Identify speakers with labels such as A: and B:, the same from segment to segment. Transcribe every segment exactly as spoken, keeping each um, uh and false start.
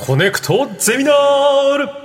A: コネクトゼミナール。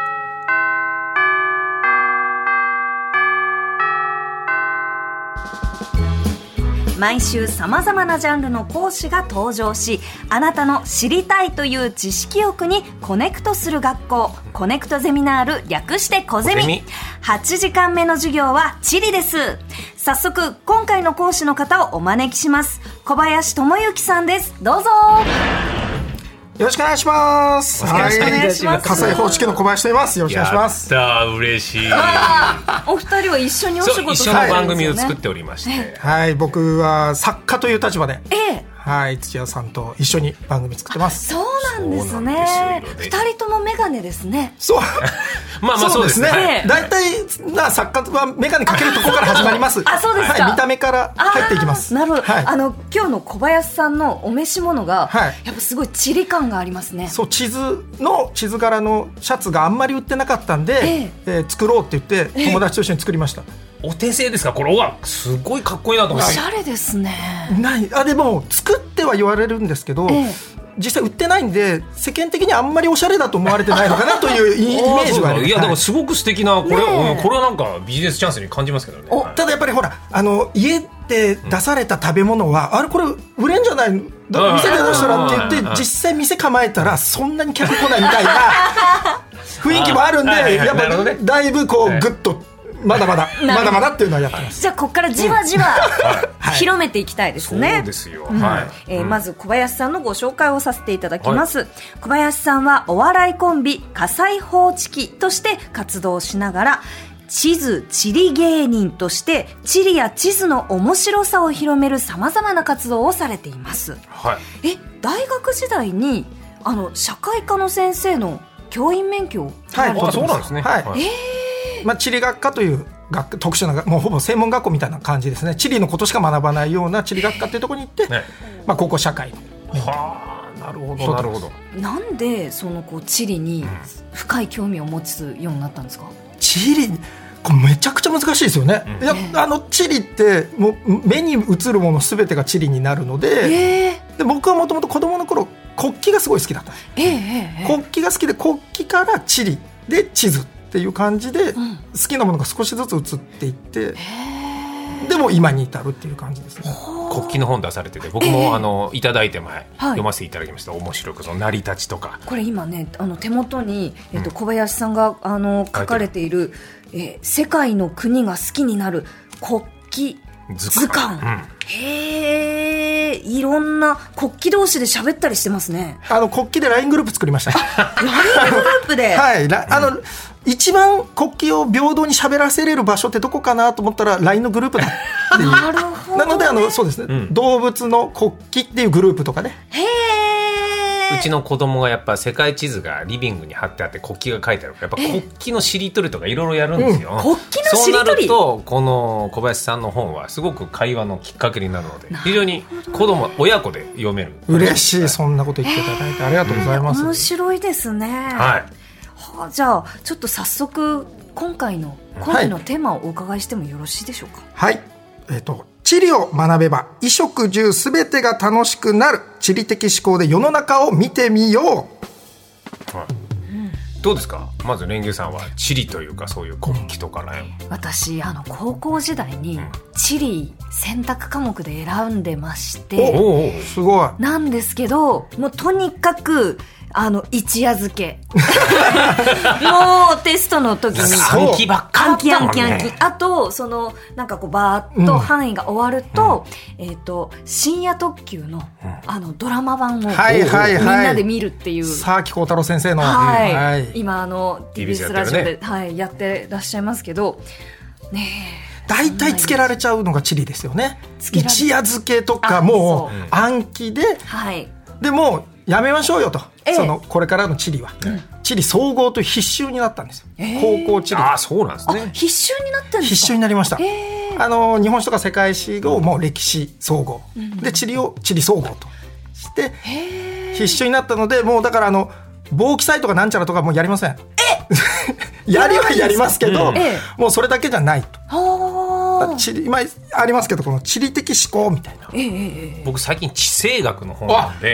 B: 毎週さまざまなジャンルの講師が登場し、あなたの知りたいという知識欲にコネクトする学校、コネクトゼミナール、略してコゼミ。はちじかんめの授業は地理です。早速今回の講師の方をお招きします。小林智之さんです。どうぞ。
C: よろしくお願いします。
B: よろしくお願いします。
C: 火災報知器の小林と言います。よろしくお願いします。
A: やったー、嬉しい。
B: お二人は一緒にお仕事
A: されてるんですよね。一緒の番組を作っておりまして、
C: はい、僕は作家という立場で、
B: ええ、
C: はい、土屋さんと一緒に番組作ってます。
B: そうなんですね。二人ともメガネですね。
C: そう
A: まあまあそうですね。
C: だいたいな作家はメガネかけるところから始まります。
B: あ、そうですか。
C: はい、見た目から入っていきます。
B: なるほど、
C: はい、
B: あの今日の小林さんのお召し物が、
C: はい、
B: やっぱすごい地理感がありますね。
C: そう、地図の地図柄のシャツがあんまり売ってなかったんで、えええー、作ろうって言って友達と一緒に作りました。
A: お手製ですかこれ。うわ、すごいかっこいいなと思って。
B: おしゃれですね。
C: ないあでも作っては言われるんですけど、ええ、実際売ってないんで世間的にあんまりおしゃれだと思われてないのかなというイメージはあります。
A: いや、でもすごく素敵なこれ、ね、これはなんかビジネスチャンスに感じますけどね。
C: おただやっぱりほら、あの家で出された食べ物は、うん、あれこれ売れんじゃないのだ店で出したらって言って実際店構えたらそんなに客来ないみたいな雰囲気もあるんで、やっぱだいぶこうグッとまだまだまだまだっていうのはやってます。
B: じゃあここからじわじわ、うん、広めていきたいですね。
A: そうですよ、
B: うん、
A: はい、
B: えー、まず小林さんのご紹介をさせていただきます、はい、小林さんはお笑いコンビ火災報知器として活動しながら、地図地理芸人として地理や地図の面白さを広めるさまざまな活動をされています、
A: はい、
B: え大学時代にあの社会科の先生の教員免許を
C: 取られてます。
A: はい、そうなんですね、
C: はい、
B: えー
C: まあ、地理学科という学特殊な、もうほぼ専門学校みたいな感じですね。地理のことしか学ばないような地理学科っていうところに行って、ね、まあ、高校社会の。
A: はあ、なるほどなるほど。
B: なんでそのこう地理に深い興味を持つようになったんですか。
C: 地理これめちゃくちゃ難しいですよね、うん、いやあの地理ってもう目に映るもの全てが地理になるので、えー、で僕はもともと子供の頃国旗がすごい好きだった、
B: えーえー、
C: 国旗が好きで国旗から地理で地図っていう感じで、うん、好きなものが少しずつ移っていって、でも今に至るっていう感じですね。
A: 国旗の本出されてて、僕もあのいただいて前、はい、読ませていただきました。面白くその成り立ちとか。
B: これ今ね、あの手元に、えっと、小林さんがあの書かれている、えー、世界の国が好きになる国旗図鑑、うん、へー、いろんな国旗同士で喋ったりしてますね。
C: あの国旗で ライン グループ作りました。
B: ライン グループで
C: はい、あの、うん、一番国旗を平等に喋らせれる場所ってどこかなと思ったら ライン のグループだっていう。
B: なるほど、ね、
C: なのであのそうですね、うん、動物の国旗っていうグループとかね。
B: へー、
A: うちの子供がやっぱ世界地図がリビングに貼ってあって国旗が書いてある。やっぱ国旗のしりとりとかいろいろやるんですよ、
B: うん、国旗のしりとり。
A: そうなるとこの小林さんの本はすごく会話のきっかけになるので、非常に子供親子で読める。
C: 嬉しい、そんなこと言っていただいてありがとうございます、
B: 面白いですね。
A: はい、
B: はあ、じゃあちょっと早速今回の今回のテーマをお伺いしてもよろしいでしょうか。
C: はい、えーと地理を学べば衣食住すべてが楽しくなる、地理的思考で世の中を見てみよう、はい、
B: うん、
A: どうですか。まずレンゲさんは地理というかそういう国旗とかね、
B: うん、私あの高校時代に地理選択科目で選んでまして、
C: うん、おおすごい
B: なんですけど、もうとにかくあの一夜漬けもうテストの時に
A: 暗記ばっかりだったもんね。
B: 暗記暗記暗記、あとそのなんかこうバーッと範囲が終わると、うん、えっ、ー、と深夜特急の、うん、あのドラマ版を、はいはいはい、みんなで見るっていう
C: 沢木耕太郎先生の、
B: はい
C: はい、
B: 今あの ティービーエス ラジオで、はい、やってらっしゃいますけどね。
C: 大体つけられちゃうのが地理ですよね。一夜漬けとかもう暗記で、はい、でもやめましょうよと、ええ、そのこれからの地理は、うん、地理総合という必修になったんですよ、えー、高校地理。
A: あ、そうなんですね。
B: 必修になったんですか。
C: 必修になりました、えー、あの日本史とか世界史をもう歴史総合、うん、で地理を地理総合として、えー、必修になったので、もうだからあの簿記サイトかなんちゃらとかもうやりません。えやりはやりますけど、うん、もうそれだけじゃないと。地理今ありますけど、この地理的思考みたいな、
B: えー、
A: 僕最近地政学の本なんで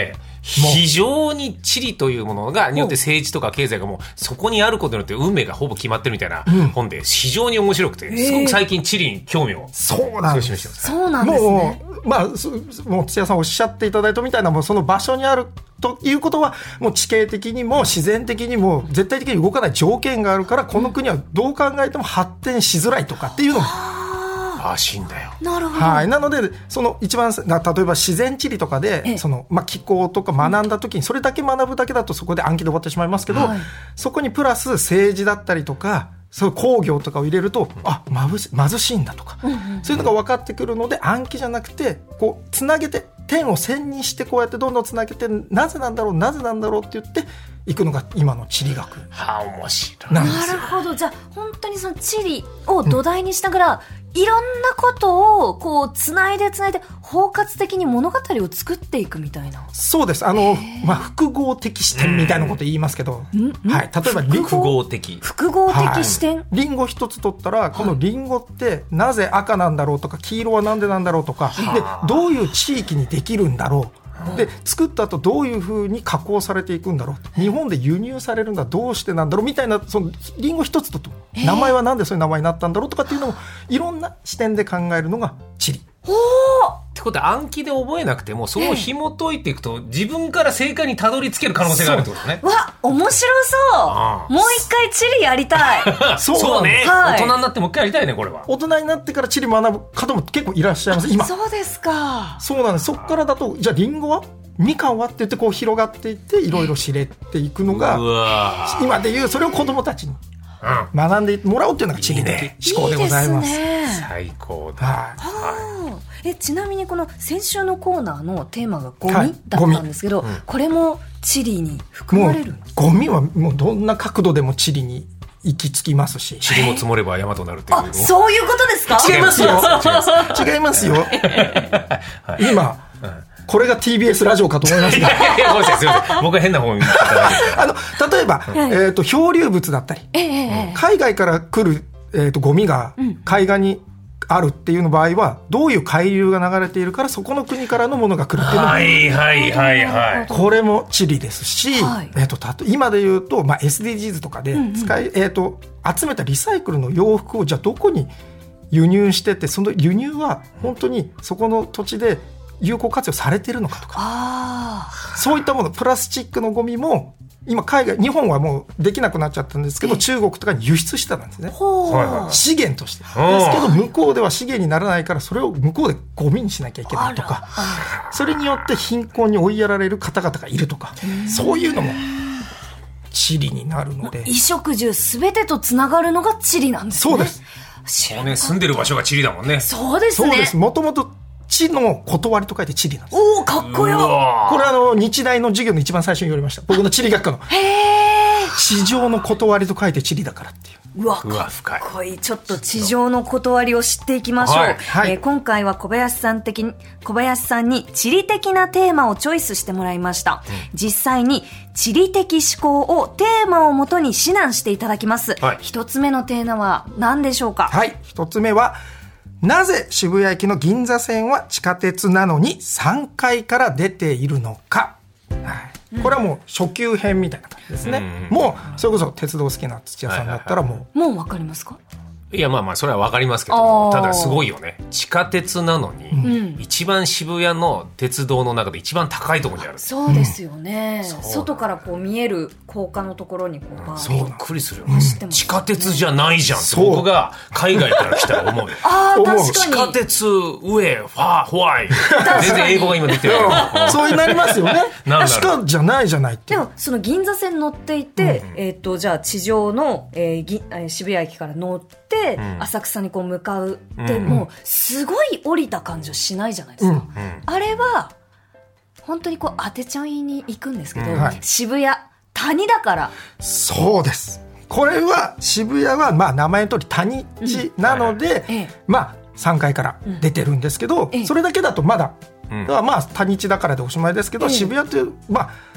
A: 非常に地理というものがによって政治とか経済がもうそこにあることによって運命がほぼ決まってるみたいな本で非常に面白くて、うん、すごく最近地理に興味を
C: そうなんです
B: ね。そうなんですね。
C: もう、まあ、もう土屋さんおっしゃっていただいたみたいなもうその場所にあるということはもう地形的にも自然的にも絶対的に動かない条件があるからこの国はどう考えても発展しづらいとかっていうのも
A: らしいんだよ。
B: なるほど。
C: はい、なのでその一番例えば自然地理とかでその、まあ、気候とか学んだ時にそれだけ学ぶだけだとそこで暗記で終わってしまいますけど、はい、そこにプラス政治だったりとかそういう工業とかを入れるとあ貧し、貧しいんだとか、うんうん、そういうのが分かってくるので暗記じゃなくてこうつなげて点を線にしてこうやってどんどんつなげてなぜなんだろうなぜなんだろうって言っていくのが今の地理学
A: はあ面白い
B: なるほど。じゃあ本当にその地理を土台にしながら、うん、いろんなことをこうつないでつないで包括的に物語を作っていくみたいな。
C: そうです。あの、まあ、複合的視点みたいなこと言いますけど、はい、例えば
A: 複合的
B: 複合的視点、
C: はい、リンゴ一つ取ったらこのリンゴってなぜ赤なんだろうとか黄色はなんでなんだろうとか、はい、でどういう地域にできるんだろうで作った後どういうふうに加工されていくんだろう日本で輸入されるんだどうしてなんだろうみたいなそのリンゴ一つと名前はなんでそういう名前になったんだろうとかっていうのもいろんな視点で考えるのが地理。
A: ってことは暗記で覚えなくてもそれを紐解いていくと自分から正解にたどり着ける可能性があるってことね。
B: わ面白そうもう一回地理やりたい
A: そうそうね、はい、大人になってもう一回やりたいね。これは
C: 大人になってから地理学ぶ方も結構いらっしゃいます今。
B: そうですか。
C: そうなんです。そこからだとじゃあリンゴはみかんはって言ってこう広がっていっていろいろ知れていくのが今でいうそれを子どもたちに学んでもらおうっていうのが地理的思考でございます。
B: いいですね。
A: 最高だ、
C: はい
B: はい、えちなみにこの先週のコーナーのテーマがゴミだったんですけど、はい、これも地理に含まれるんですか？
C: ゴミはもうどんな角度でも地理に行き着きますし
A: 塵も積もれば山となるっていう。
B: あそういうことですか？
C: 違いますよ違いますよ今、うんこれが ティービーエス ラジオかと思いますが
A: いやごめんなさいすいません僕は変な方に言っていただいて
C: あの例えば、うんえー、と漂流物だったり、えー、海外から来る、えー、とゴミが海岸にあるっていうの場合はどういう海流が流れているからそこの国からのものが来るっていうのも
A: はいはいはいはい
C: これも地理ですし、はいえー、とたと今で言うと、まあ、エスディージーズ とかで使い、うんうんえー、と集めたリサイクルの洋服をじゃあどこに輸入しててその輸入は本当にそこの土地で有効活用されてるのかとかあそういったものプラスチックのゴミも今海外日本はもうできなくなっちゃったんですけど中国とかに輸出したんですね資源としてですけど向こうでは資源にならないからそれを向こうでゴミにしなきゃいけないとかそれによって貧困に追いやられる方々がいるとかそういうのも地理になるので
B: 衣食住すべてとつながるのが地理なんですね。
C: そうです
A: そうね住んでる場所が地理だもんね。
B: そうですね。
C: そうですもともと地の断りと書いて地理なんです。
B: おおかっこよ。
C: これあの日大の授業の一番最初に言われました僕の地理学科のへ地上の断りと書いて地理だからっていう。
B: うわかっこいい。ちょっと地上の断りを知っていきましょう、はいはいえー、今回は小林さん的に小林さんに地理的なテーマをチョイスしてもらいました、うん、実際に地理的思考をテーマをもとに指南していただきます、はい、一つ目のテーマは何でしょうか？
C: はい一つ目はなぜ渋谷駅の銀座線は地下鉄なのにさんがいから出ているのか、はいこれはもう初級編みたいな感じですね、うん、もうそれこそ鉄道好きな土屋さんだったらもう、はいはい
B: はい、もう分かりますか？
A: いやまあまあそれは分かりますけどただすごいよね地下鉄なのに、うん、一番渋谷の鉄道の中で一番高いところにある。
B: そうですよね、うん、外からこう見える高架のところにこうバー
A: ッびっくりするよ、ねうん、地下鉄じゃないじゃんって僕が海外から来たら思う
B: あ確かに
A: 地下鉄上ファーホワイ全然英語が今出てる
C: そうなりますよね地下じゃないじゃないって
B: でもその銀座線乗っていて、うんえー、とじゃあ地上の、えー、ぎ渋谷駅から乗ってうん、浅草にこう向かうって、うん、もうすごい降りた感じはしないじゃないですか、うん、あれは本当にこう当てちゃいに行くんですけど、うんはい、渋谷谷だから
C: そうですこれは渋谷はまあ名前の通り谷地なので、うんまあさんがいから出てるんですけど、うん、それだけだとまだ、うん、まあ谷地だからでおしまいですけど、うん、渋谷というまあ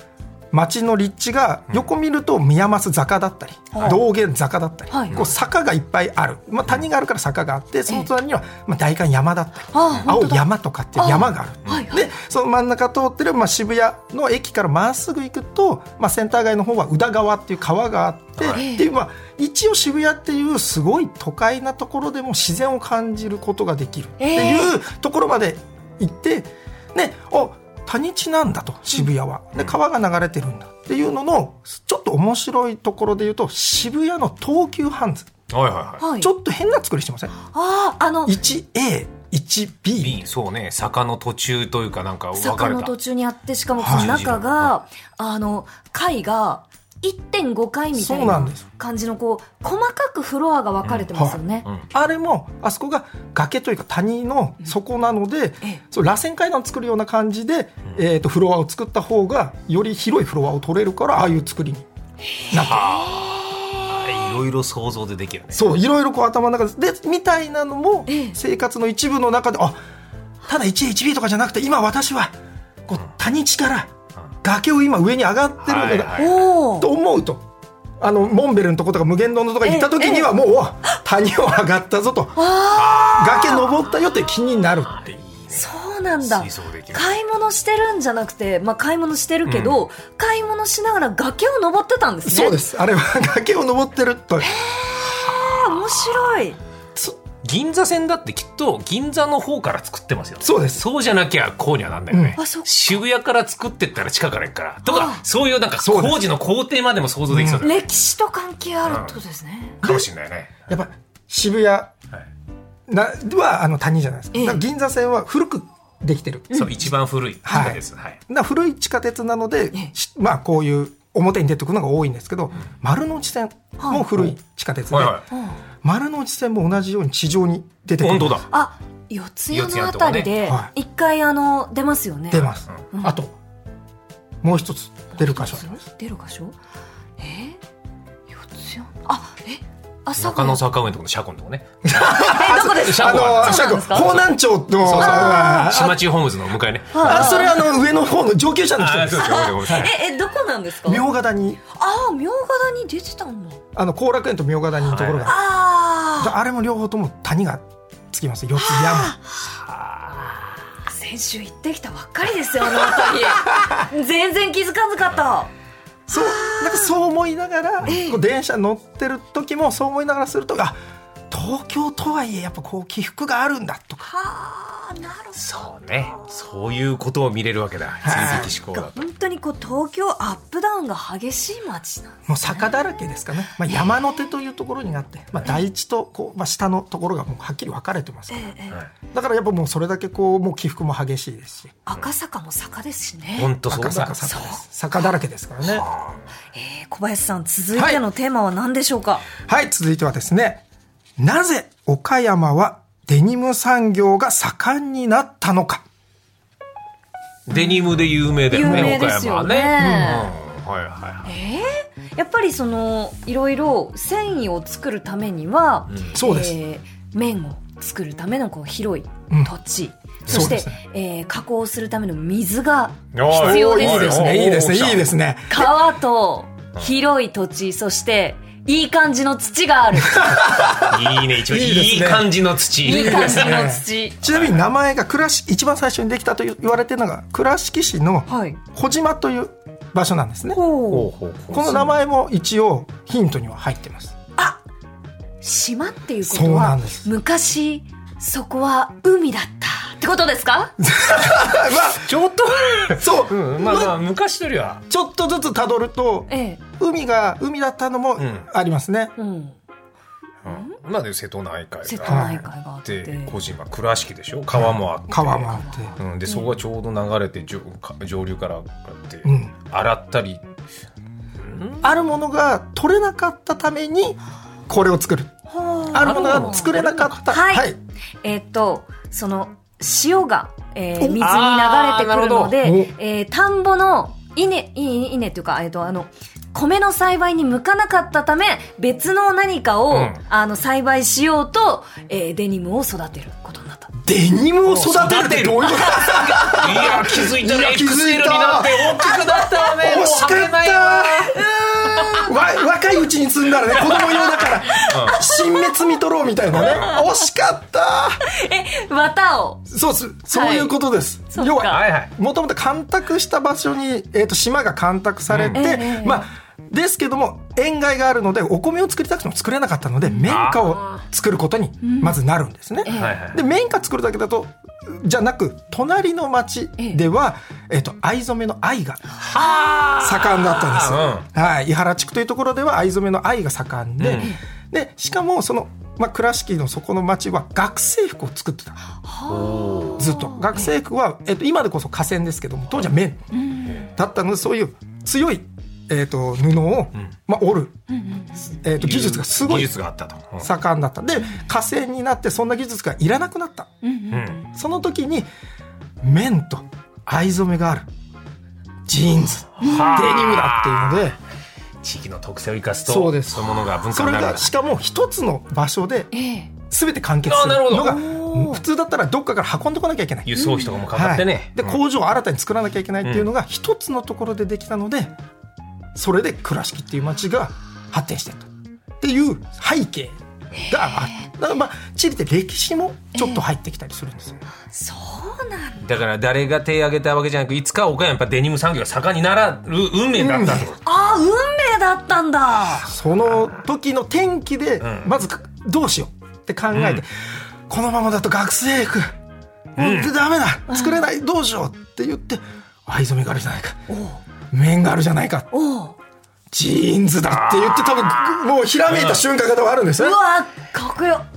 C: 町の立地が横見ると宮益坂だったり、
B: はい、
C: 道玄坂だったり、はい、こう坂がいっぱいある、まあ、谷があるから坂があって、その隣にはまあ代官山だったり、青山とかっていう山がある。あ、はいはい、でその真ん中通ってるまあ渋谷の駅からまっすぐ行くと、まあ、センター街の方は宇田川っていう川があって、はい、っていうまあ一応渋谷っていうすごい都会なところでも自然を感じることができるっていうところまで行って、ね、あ谷地なんだと渋谷は、で川が流れてるんだっていうののちょっと面白いところで言うと、渋谷の東急ハンズ、
A: はいはいはい、
C: ちょっと変な作りしてません？
B: ああの
C: いちエーいちビー、
A: B、そうね、坂の途中というかなんか分かれた
B: 坂の途中にあって、しかもその中が、はい、あの階が いってんご 階みたいな感じのこう細かくフロアが分かれてますよね、
C: うんはい、あれもあそこが崖というか谷の底なので、うん、そう螺旋階段を作るような感じで、うん、えー、とフロアを作った方がより広いフロアを取れるから、ああいう作りになってる。
A: いろいろ想像でできるね。
C: そういろいろこう頭の中でみたいなのも生活の一部の中で、あただ いちエーいちビー とかじゃなくて、今私はこう谷地から崖を今上に上がってるのだ、はいはいはい、と思うと、あのモンベルのとことか無限堂のとこ行った時にはもう谷を上がったぞと、崖登ったよって気になるっていう。
B: そうなんだ。買い物してるんじゃなくて、まあ、買い物してるけど、うん、買い物しながら崖を登ってたんですね。
C: そうです。あれは崖を登ってると。へ
B: ー、面白い。
A: 銀座線だってきっと銀座の方から作ってますよね。
C: そうです。
A: そうじゃなきゃこうにはなんだよね、
B: うん、
A: 渋谷から作ってったら地下から行くからとか、そういうなんか工事の工程までも想像できそうだよね、
B: うん、歴史と関係あるってことですね、
A: うん、かもしれないね。
C: やっぱ渋谷なはあの谷じゃないですか、ええ、だから銀座線は古くできてる、
A: うん、そう一番古い地下鉄、はいはい、
C: だ古い地下鉄なので、ええ、まあこういう表に出てくるのが多いんですけど、うん、丸の内線も古い地下鉄で、はいはいはい、丸の内線も同じように地上に出てくる。
A: 本当だ。
B: あ、四谷のあたりで一回あの出ますよね。
C: 出ます、うん、あともう一つ出る箇所あります。
B: 出る箇所、えー、四谷、あ、え
A: 中野坂上のところの車庫のとこね
B: え、どこですか？
C: あの車庫、方南町の
A: 島中ホームズの向かいね。
C: あ、それあの上の方の上級者の人です。
B: ええ、どこなんですか？
C: 茗荷谷。
B: ああ、茗荷谷出てたんだ。
C: あの後楽園と茗荷谷のところが、ああ、あれも両方とも谷がつきます。四つ山。
B: 先週行ってきたばっかりですよ、あの辺り全然気づかなかった。
C: そう、なんかそう思いながら、ええ、こう電車乗ってる時もそう思いながらすると、あ、東京とはいえやっぱこう起伏があるんだとか。
B: はあ、なるほど。
A: そうね、そういうことを見れるわけだ。追跡思考だと。
B: 本当にこう東京アップダウンが激しい街なんですね。
C: もう坂だらけですかね。まあ、山の手というところにあって、まあ、大地とこう、まあ、下のところがもうはっきり分かれてますから、ええ、だからやっぱもうそれだけこうもう起伏も激しいですし、
B: 赤坂も坂ですしね。
A: 本当そうだ。
C: 赤坂坂です。坂だらけですからね。
B: えー、小林さん、続いてのテーマは何でしょうか？
C: はい、はい、続いてはですね、なぜ岡山はデニム産業が盛んになったのか。
A: デニムで有名だよね、
B: 有名ですよね。
A: 岡山はね、うん、はいはいはい。
B: えー、やっぱりそのいろいろ繊維を作るためには、うん、
C: そうです、
B: えー、綿を作るためのこう広い土地、うん、そしてそ、ね、えー、加工するための水が必要です。
C: いいですね、いいですね、いいですね。
B: 川と広い土地、そしていい感じの土がある。
A: いいね、一番いい、いい感じの土。
B: いい感じの土。
C: ちなみに名前が倉敷、一番最初にできたと言われているのが倉敷市の小島という場所なんですね。はい、この名前も一応ヒントには入ってます。
B: あ、島っていうことは昔そこは海だったってことですか？
C: まあ、
A: ちょっと
C: そう、
A: うん、まあまあ昔よりは
C: ちょっとずつたどると、ええ、海が海だったのもありますね。うんうん、
A: まあで瀬戸内海が
B: 瀬戸内海があって
A: 小島倉敷でしょ、川もあって、
C: 川もあって、
A: うん、でそこがちょうど流れて上、上流からこうやって洗ったり、
C: うん、あるものが取れなかったためにこれを作る。あるものが作れなかった。
B: はい、はい、えー、っとその塩が、えー、水に流れてくるので、えー、田んぼの稲、稲っていうか、えー、とあの米の栽培に向かなかったため別の何かを、うん、あの栽培しようと、えー、デニムを育てることになった。
C: デニムを育てるってどういうことですか？
A: いや気づいたら エッ
C: いや気づいた
A: エックスエル になって大きくなったわね。
C: 惜しかったわ若いうちに積んだらね子供用だから新滅見取ろうみたいなね惜しかった
B: え綿を
C: そうすそういうことです、
B: はい、
C: 要は
A: はいはい
C: もともと干拓した場所に、えー、と島が干拓されて、うんえー、まあですけども塩害があるのでお米を作りたくても作れなかったので綿花を作ることにまずなるんですね、うん、で綿花作るだけだとじゃなく隣の町では、えー、と藍染めの藍が盛んだったんですよ、うんはい、伊原地区というところでは藍染めの藍が盛んで、うん、でしかもその、まあ、倉敷のそこの町は学生服を作ってたずっと学生服は、えー、と今でこそ河川ですけども当時は綿だったのでそういう強いえー、と布を、うんまあ、織る、うんうんえー、と技術がすごい盛んだったで河川になってそんな技術がいらなくなった、うんうん、その時に綿と藍染めがあるジーンズ、デニムだっていうので
A: 地域の特性を生かすとそうですそういうものが文化になる。
C: それがしかも一つの場所で全て完結するのが普通だったらどっかから運んでこなきゃいけない
A: 輸送費とかもかかってね、
C: はい、で工場を新たに作らなきゃいけないっていうのが一つのところでできたのでそれで倉敷っていう町が発展してるっていう背景がある。だからまあ地理って歴史もちょっと入ってきたりするんですよ、
B: えー、そうなん
A: だ。だから誰が手を挙げたわけじゃなくいつか岡山やっぱデニム産業が盛んにならる運命だったと、うん、
B: ああ運命だったんだ。
C: その時の転機でまずどうしようって考えて、うん、このままだと学生服、うん、ダメだ作れない、うん、どうしようって言って藍染めがあるじゃないか綿があるじゃないかジーンズだって言って多分もうひらめいた瞬間があるんですね。
B: うわかっこよ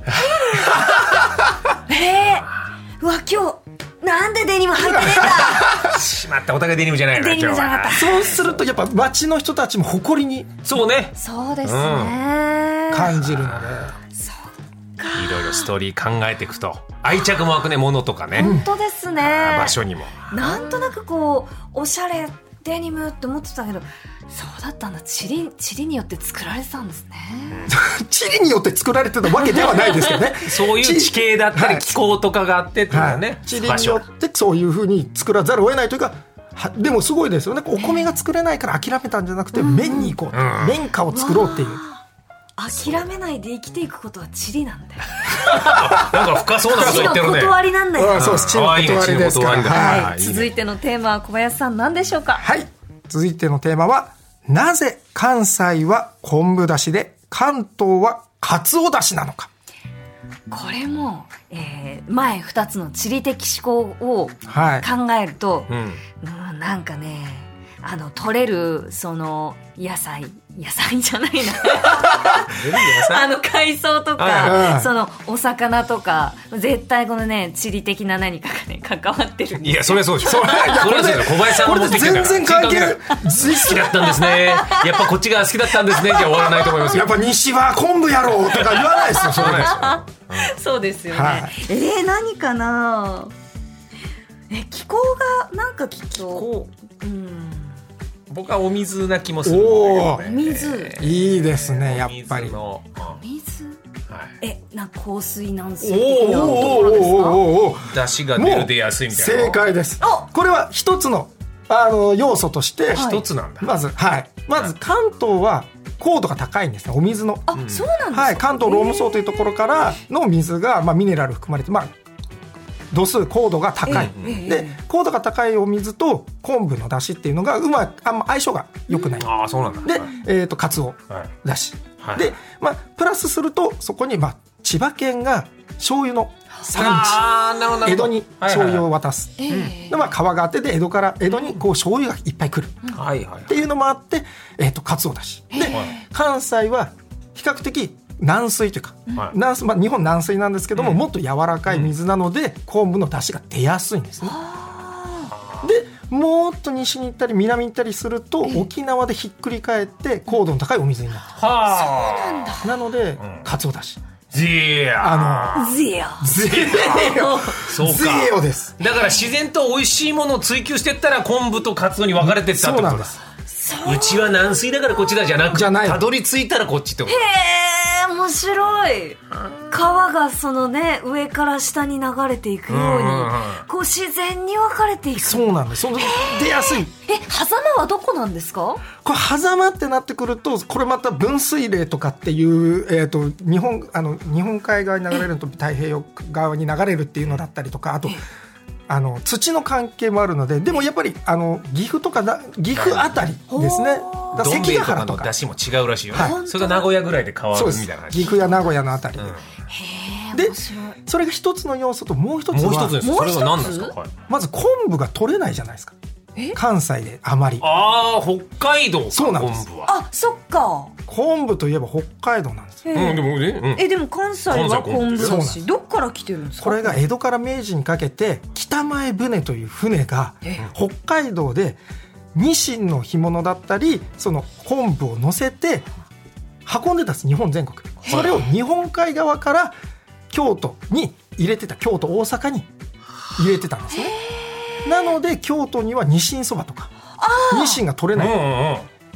B: えー、うわ今日なんでデニム履いてねえんだ
A: しまったお互いデニムじゃないの
B: デニムじゃなかった。
C: そうするとやっぱ街の人たちも誇りに
A: そうね
B: そうですね、
C: うん、感じるので
A: いろいろストーリー考えていくと愛着も湧くねものとかね
B: 本当ですね
A: 場所にも
B: なんとなくこうおしゃれデニムって思ってたけどそうだったんだ。地理、地理によって作られてたんですね
C: 地理によって作られてたわけではないですけどね
A: そういう地形だったり気候とかがあってっていうのはね、はい、
C: 地理によってそういうふうに作らざるを得ないというかでもすごいですよね。お米が作れないから諦めたんじゃなくて綿に行こう、うん、綿花を作ろうっていう
B: 諦めないで生きていくことは地理なんだよ
A: なんか深そうなこと言ってるね。
B: 地の断りなんだよ、
C: うん、そう地の断りですから、
B: はい、続いてのテーマは小林さん何でしょうか。
C: はい続いてのテーマはなぜ関西は昆布だしで関東はかつおだしなのか。
B: これも、えー、前ふたつの地理的思考を考えると、はいうんうん、なんかねあの取れるその野菜野菜じゃないなあの海藻とか、はい、そのお魚とか絶対このね地理的な何かがね関わってる。
A: いやそれはそうですそれはそうです小林さんが持ってきてたから
C: 全然関係ない
A: 好きだったんですねやっぱこっちが好きだったんですねじゃ終わらないと思いますよ。
C: やっぱ西は昆布やろうとか言わないですよそれ
B: そうですよね、はい、えー、何かなえ気候がなんかきっとうん
A: 僕はお水な気もするんだけど、ね、
B: お水
C: いいですねやっぱり
B: お水、はい、えなんか香水軟水的なところです
A: か。出汁が出る出やすいみたいな。
C: 正解です。これは一つのあの要素として
A: 一、はい、つなんだ。
C: まずはいまず関東は高度が高いんですねお水の。
B: あ、うん、そうなんですか。
C: はい関東ローム層というところからの水がまあミネラル含まれてまあ度数高度が高い、えー、で高度が高いお水と昆布の出汁っていうのがうまくあんま相性が良くない、うん、
A: あそうなんだ。
C: で、えー、とカツオだし、はい、で、まあ、プラスするとそこに、まあ、千葉県が醤油の産地江戸に醤油を渡す、はいはいはい、でまあ、川があってで江戸から江戸にこう醤油がいっぱい来る、うん、っていうのもあって、えー、とカツオだしで、はい、関西は比較的軟水というか、はい軟水まあ、日本軟水なんですけども、うん、もっと柔らかい水なので、うん、昆布の出汁が出やすいんですね。でもっと西に行ったり南に行ったりすると沖縄でひっくり返って高度の高いお水になる。
B: はそうなんだ。
C: なので、うん、カツオだし
A: ゼ
C: あの
B: ゼオ
C: ゼオ
A: そうか
C: ゼオです。
A: だから自然と美味しいものを追求していったら昆布とカツオに分かれていったってことだ。そうなんです。うちは軟水だからこっちだじゃなくてたどり着いたらこっちってこと。
B: へー面白い。川がそのね上から下に流れていくように、うんうんうん、こう自然に分かれていく。
C: そうなんです。その出やすい。
B: え、狭間はどこなんですか？
C: これ狭間ってなってくると、これまた分水嶺とかっていう、えー、と日本あの日本海側に流れるのと太平洋側に流れるっていうのだったりとか、あとあの土の関係もあるので、でもやっぱりあの岐阜とかだ岐阜あたりですね。
A: だ関ヶ原とかの出汁も違うらしいよね、はい、それが名古屋ぐらいで変わるみたいな話。
C: 岐阜や名古屋のあたりで、うん、
B: へ
C: でそれが一つの要素と、もう一つは
A: もう一つです。それは何ですか？はい、
C: まず昆布が取れないじゃないですか、関西であまり。
A: ああ、北海道か。
C: そうなんです。
A: 昆布は。
B: あ、そっか。
C: 昆布といえば北海道なんですよ。
A: うん、でもね、うん、
B: え、でも関西は昆布だし、どっから来てるんですか？
C: これが江戸から明治にかけて北前船という船が北海道でニシンの干物だったり、その昆布を乗せて運んでたんです、日本全国。それを日本海側から京都に入れてた、京都大阪に入れてたんですね。なので京都にはニシンそばとかニシンが取れない、うんうん、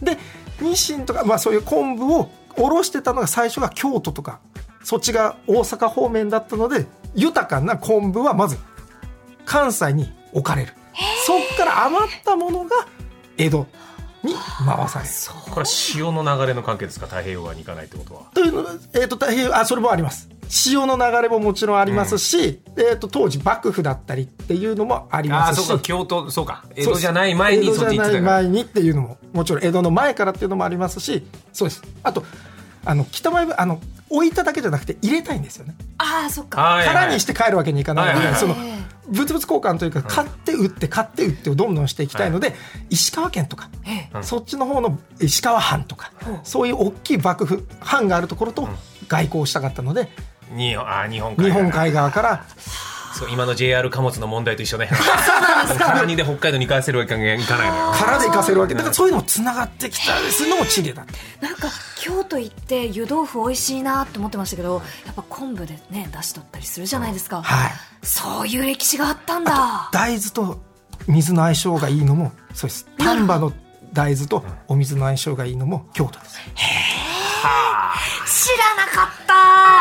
C: でニシンとか、まあ、そういう昆布をおろしてたのが最初が京都とかそっちが大阪方面だったので、豊かな昆布はまず関西に置かれる。そっから余ったものが江戸に回される。
A: これは潮の流れの関係ですか？太平洋側に行かないってことは。
C: というの、えー、と太平洋、あ、それもあります。潮の流れももちろんありますし、うん、えー、と当時幕府だったりっていうのもありますし。
A: あ、そうか、京都、そうか、江戸じゃない前にそっち行ってたから。江戸じゃない前にっていうのももちろん江戸の前からっていうのもありますし、そうです。あとあの北前あの置いただけじゃなくて入れたいんですよね。
B: ああ、そっか。
C: 空にして帰るわけにいかないので、
A: はいはいはい、
C: その物々交換というか、買って売って買って売ってをどんどんしていきたいので、はい、石川県とか、はい、そっちの方の石川藩とか、はい、そういう大きい幕府藩があるところと外交したかったので、
A: うん、にあ日本
C: 海側日本海側から
A: そう、今の ジェイアール 貨物の問題と一緒ね。空荷で北海道に行かせるわけにはいかないのよ。
C: 空で行かせるわけだから、そういうのもつながってきたりするのも地理だって。
B: なんか京都行って湯豆腐美味しいなって思ってましたけど、やっぱ昆布でね出し取ったりするじゃないですか、
C: はい、
B: そういう歴史があったんだ。
C: 大豆と水の相性がいいのもそうです。丹波の大豆とお水の相性がいいのも京都です。
B: へー、知らなかった。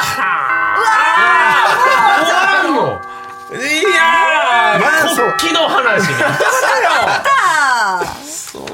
B: うわー、
A: いやー、まあ、国旗の話に行ったよ。そう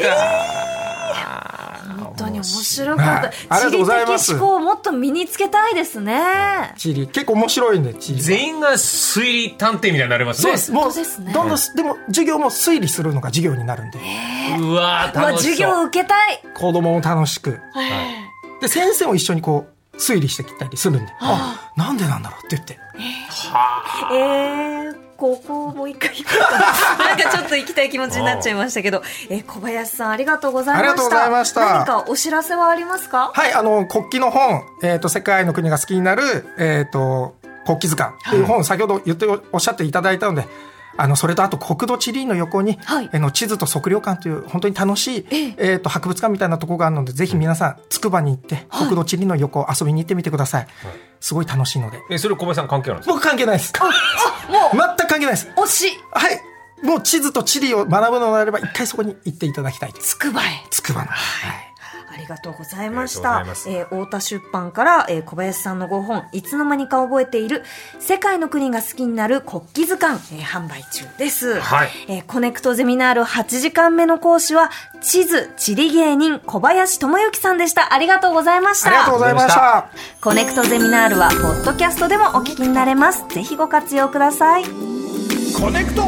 A: か。
B: 本当に面白かった。
C: はい、ありがとうございます。
B: 地理的思考をもっと身につけたいですね。
C: 地理結構面白いんで、地理
A: 全員が推理探偵みたいになりますね。
C: そうです。もうですね。どんどんでも授業も推理するのが授業になるんで。
A: うわー、楽しそう。うわ、
B: 授業受けたい。
C: 子供も楽しく。で先生も一緒にこう推理してきたりするんで、あ、なんでなんだろうって言って。
B: はあ、えー、ここもう一回行こうかなんかちょっと行きたい気持ちになっちゃいましたけど、えー、小林さんありがとうございました。
C: ありがとうございました。
B: 何かお知らせはありますか？
C: はい、あの国旗の本、えー、と世界の国が好きになる、えー、と国旗図鑑という本、はい、先ほど言っておっしゃっていただいたので、あのそれとあと国土地理院の横に、はい、えの地図と測量館という本当に楽しい、えー、えーと博物館みたいなところがあるので、ぜひ皆さんつくばに行って、はい、国土地理院の横遊びに行ってみてください、はい、すごい楽しいので。
A: えそれ小林さん関係あるんですか？
C: 僕関係ないです。
B: ああもう
C: 全く関係ないです。
B: 推し。
C: はい、もう地図と地理を学ぶのであれば一回そこに行っていただきたい。
B: つくばへ。
C: つくばの、はい、
B: ありがとうございました。えー、太田出版から、えー、小林さんのご本、いつの間にか覚えている世界の国が好きになる国旗図鑑、えー、販売中です、はい。えー、コネクトゼミナールはちじかんめの講師は地図地理芸人小林智之さんでした。ありがとうございました。
C: ありがとうございました。
B: コネクトゼミナールはポッドキャストでもお聞きになれます。ぜひご活用ください。
C: コネクト。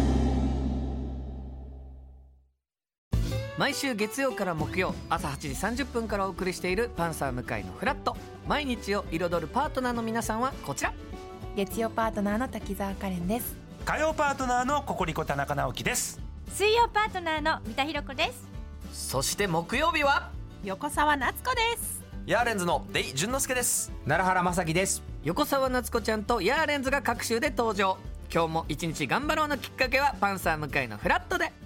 D: 毎週月曜から木曜朝はちじさんじゅっぷんからお送りしているパンサー向井のフラット。毎日を彩るパートナーの皆さんはこちら。
E: 月曜パートナーの滝沢カレンです。
F: 火曜パートナーのココリコ田中直樹です。
G: 水曜パートナーの三田寛子です。
D: そして木曜日は
G: 横澤夏子です。
H: ヤーレンズのデイ淳之介です。
I: 奈良原雅樹です。
D: 横澤夏子ちゃんとヤーレンズが各週で登場。今日も一日頑張ろうのきっかけはパンサー向井のフラットで。